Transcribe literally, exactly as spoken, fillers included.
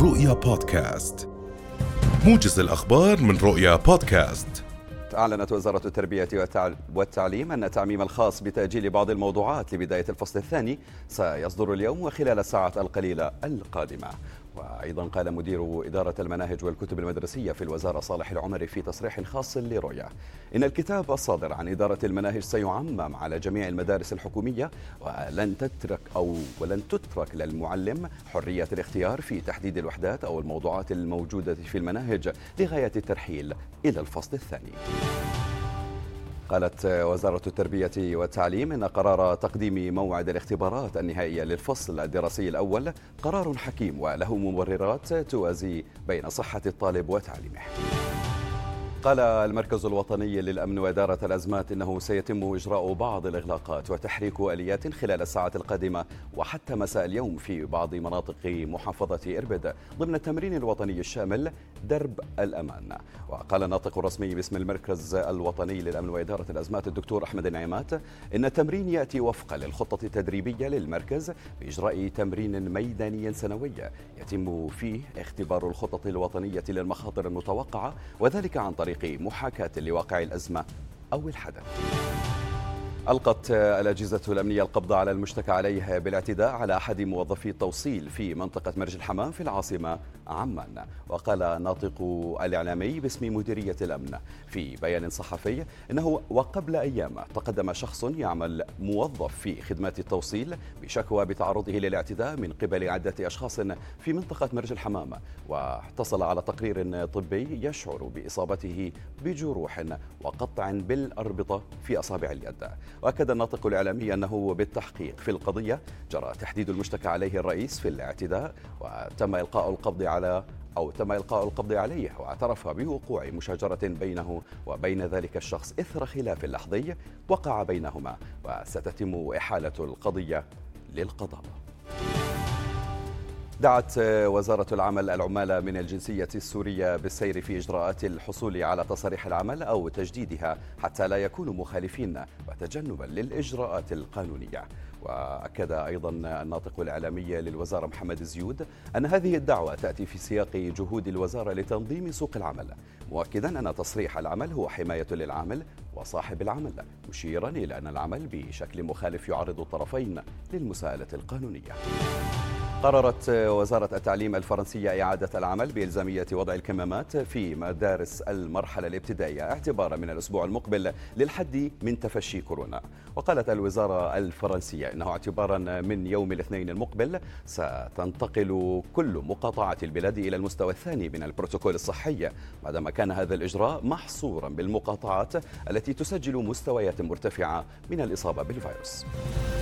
رؤيا بودكاست، موجز الأخبار من رؤيا بودكاست. أعلنت وزارة التربية والتعليم أن التعميم الخاص بتأجيل بعض الموضوعات لبداية الفصل الثاني سيصدر اليوم وخلال الساعات القليلة القادمة. وأيضا قال مدير إدارة المناهج والكتب المدرسية في الوزارة صالح العمري في تصريح خاص لرؤيا إن الكتاب الصادر عن إدارة المناهج سيعمم على جميع المدارس الحكومية، ولن تترك أو ولن تترك للمعلم حرية الاختيار في تحديد الوحدات أو الموضوعات الموجودة في المناهج لغاية الترحيل إلى الفصل الثاني. قالت وزارة التربية والتعليم إن قرار تقديم موعد الاختبارات النهائية للفصل الدراسي الأول قرار حكيم وله مبررات توازي بين صحة الطالب وتعليمه. قال المركز الوطني للأمن وإدارة الأزمات إنه سيتم إجراء بعض الإغلاقات وتحريك آليات خلال الساعات القادمة وحتى مساء اليوم في بعض مناطق محافظة إربد ضمن التمرين الوطني الشامل درب الأمان. وقال الناطق الرسمي باسم المركز الوطني للأمن وإدارة الأزمات الدكتور أحمد النعيمات إن التمرين يأتي وفقا للخطة التدريبية للمركز بإجراء تمرين ميداني سنوي يتم فيه اختبار الخطط الوطنية للمخاطر المتوقعة، وذلك عن طريق محاكاة لواقع الأزمة أو الحدث. ألقت الأجهزة الأمنية القبض على المشتكى عليه بالاعتداء على أحد موظفي التوصيل في منطقة مرج الحمام في العاصمة عمان. وقال الناطق الإعلامي باسم مديرية الأمن في بيان صحفي إنه وقبل أيام تقدم شخص يعمل موظف في خدمات التوصيل بشكوى بتعرضه للاعتداء من قبل عدة أشخاص في منطقة مرج الحمام، واحتصل على تقرير طبي يشعر بإصابته بجروح وقطع بالأربطة في أصابع اليد. وأكد الناطق الإعلامي أنه بالتحقيق في القضية جرى تحديد المشتكى عليه الرئيس في الاعتداء، وتم إلقاء القبض على أو تم إلقاء القبض عليه، واعترف بوقوع مشاجرة بينه وبين ذلك الشخص إثر خلاف لحظي وقع بينهما، وستتم إحالة القضية للقضاء. دعت وزارة العمل العمال من الجنسية السورية بالسير في إجراءات الحصول على تصاريح العمل أو تجديدها حتى لا يكونوا مخالفين وتجنبا للإجراءات القانونية. وأكد أيضا الناطق الإعلامي للوزارة محمد زيود أن هذه الدعوة تأتي في سياق جهود الوزارة لتنظيم سوق العمل، مؤكدا أن تصريح العمل هو حماية للعامل وصاحب العمل، مشيرا إلى أن العمل بشكل مخالف يعرض الطرفين للمساءلة القانونية. قررت وزارة التعليم الفرنسية إعادة العمل بإلزامية وضع الكمامات في مدارس المرحلة الابتدائية اعتبارا من الأسبوع المقبل للحد من تفشي كورونا. وقالت الوزارة الفرنسية إنه اعتبارا من يوم الاثنين المقبل ستنتقل كل مقاطعات البلاد إلى المستوى الثاني من البروتوكول الصحي، بعدما كان هذا الإجراء محصورا بالمقاطعات التي تسجل مستويات مرتفعة من الإصابة بالفيروس.